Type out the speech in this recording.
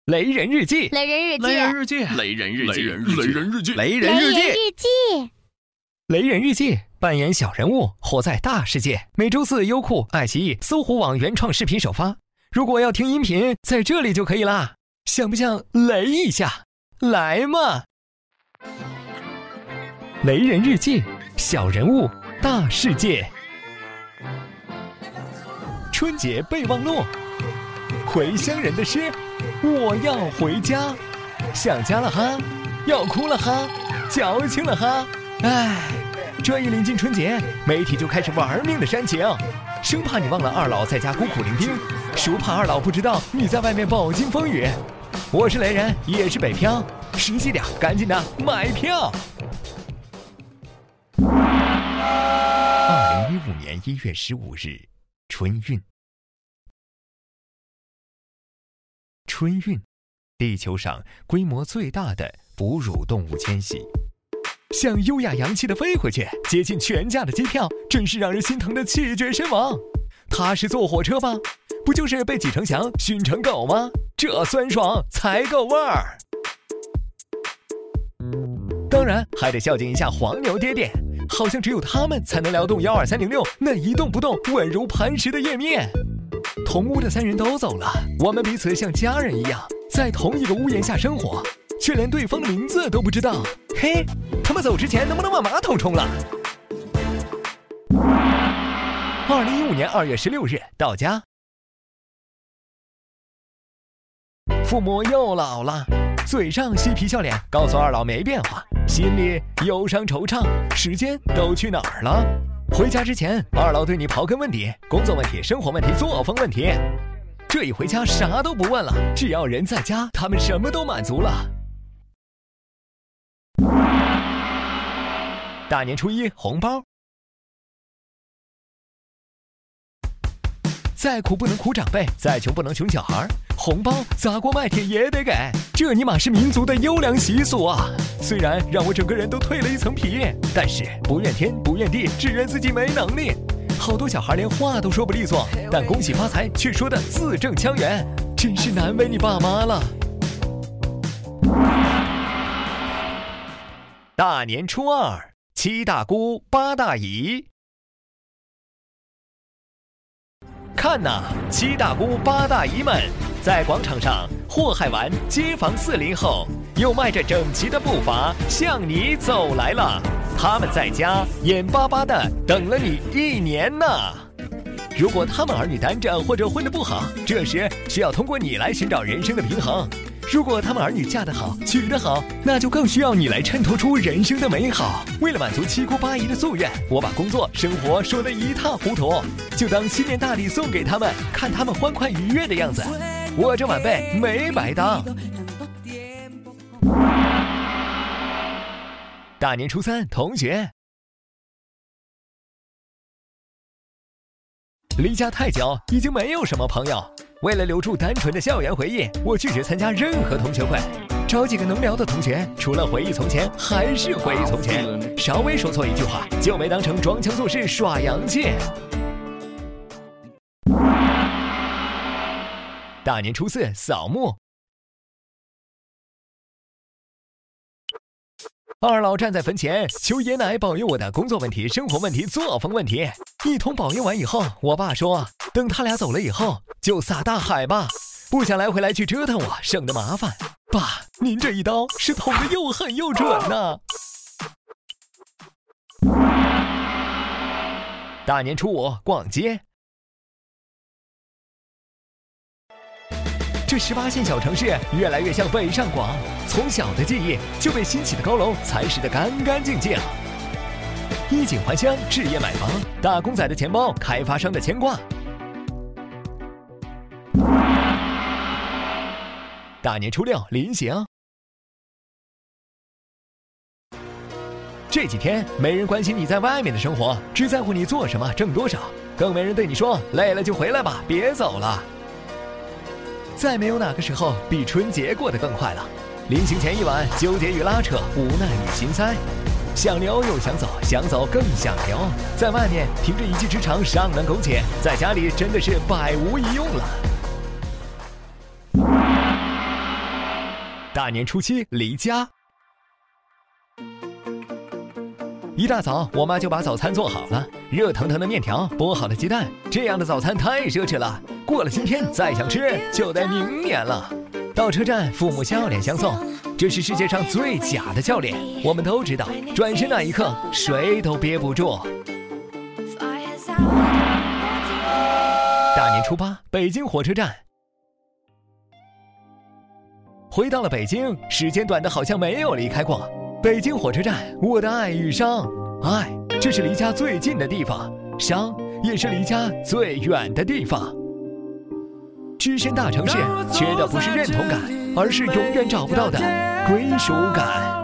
雷人日记， 雷人日记， 雷人日记， 雷人日记， 雷人日记， 雷人日记， 雷人日记。 雷人日记，扮演小人物，活在大世界。每周四优酷、爱奇艺、搜狐网原创视频首发。如果要听音频，在这里就可以啦。想不想雷一下？来嘛！雷人日记，小人物，大世界。春节备忘录，回乡人的诗，我要回家，想家了哈，要哭了哈，矫情了哈。唉，这一临近春节，媒体就开始玩命的煽情，生怕你忘了二老在家孤苦伶仃，生怕二老不知道你在外面饱经风雨。我是雷人，也是北漂，实际点，赶紧的买票。2015年1月15日，春运。春运，地球上规模最大的哺乳动物迁徙。想优雅洋气的飞回去，接近全价的机票，真是让人心疼的气绝身亡。踏实坐火车吧，不就是被挤成翔，熏成狗吗？这酸爽才够味儿。当然还得孝敬一下黄牛爹爹，好像只有他们才能撩动12306那一动不动稳如磐石的页面。同屋的3人都走了，我们彼此像家人一样，在同一个屋檐下生活，却连对方的名字都不知道。嘿，他们走之前能不能把马桶冲了？2015年2月16日到家，父母又老了，嘴上嬉皮笑脸告诉二老没变化，心里忧伤惆怅，时间都去哪儿了？回家之前，二老对你刨根问底，工作问题、生活问题、作风问题。这一回家啥都不问了，只要人在家，他们什么都满足了。大年初一红包，再苦不能苦长辈，再穷不能穷小孩，红包砸锅卖铁也得给，这尼玛是民族的优良习俗啊！虽然让我整个人都蜕了一层皮，但是不怨天不怨地，只怨自己没能力。好多小孩连话都说不利索，但恭喜发财却说的字正腔圆，真是难为你爸妈了。大年初二，七大姑八大姨。看呐，七大姑八大姨们在广场上祸害完街坊40后，又迈着整齐的步伐向你走来了。他们在家眼巴巴的等了你1年呢。如果他们儿女单着或者混得不好，这时需要通过你来寻找人生的平衡。如果他们儿女嫁得好，娶得好，那就更需要你来衬托出人生的美好。为了满足七姑八姨的夙愿，我把工作生活说得一塌糊涂，就当新年大礼送给他们，看他们欢快愉悦的样子，我这晚辈没白当。大年初三，同学。离家太久，已经没有什么朋友。为了留住单纯的校园回忆，我拒绝参加任何同学会。找几个能聊的同学，除了回忆从前，还是回忆从前。稍微说错一句话，就被当成装腔作势耍洋气。大年初四，扫墓。二老站在坟前，求爷奶保佑我的工作问题、生活问题、作风问题。一通保佑完以后，我爸说，等他俩走了以后，就撒大海吧，不想来回来去折腾我，省得麻烦。爸，您这一刀是捅得又狠又准呐。大年初五，逛街。这18线小城市越来越像北上广，从小的记忆就被新起的高楼蚕食得干干净净。衣锦还乡，置业买房，打工仔的钱包，开发商的牵挂。大年初六，临行。这几天没人关心你在外面的生活，只在乎你做什么，挣多少，更没人对你说累了就回来吧，别走了。再没有哪个时候比春节过得更快了。临行前一晚，纠结与拉扯，无奈与心塞，想留又想走，想走更想留。在外面凭着一技之长尚能苟且，在家里真的是百无一用了。 大年初7离家。一大早，我妈就把早餐做好了，热腾腾的面条，剥好的鸡蛋，这样的早餐太奢侈了。过了今天，再想吃就得明年了。到车站，父母笑脸相送，这是世界上最假的笑脸。我们都知道，转身那一刻，谁都憋不住。大年初8，北京火车站。回到了北京，时间短得好像没有离开过。北京火车站，我的爱与伤。爱，这是离家最近的地方；伤，也是离家最远的地方。只身大城市，缺的不是认同感，而是永远找不到的归属感。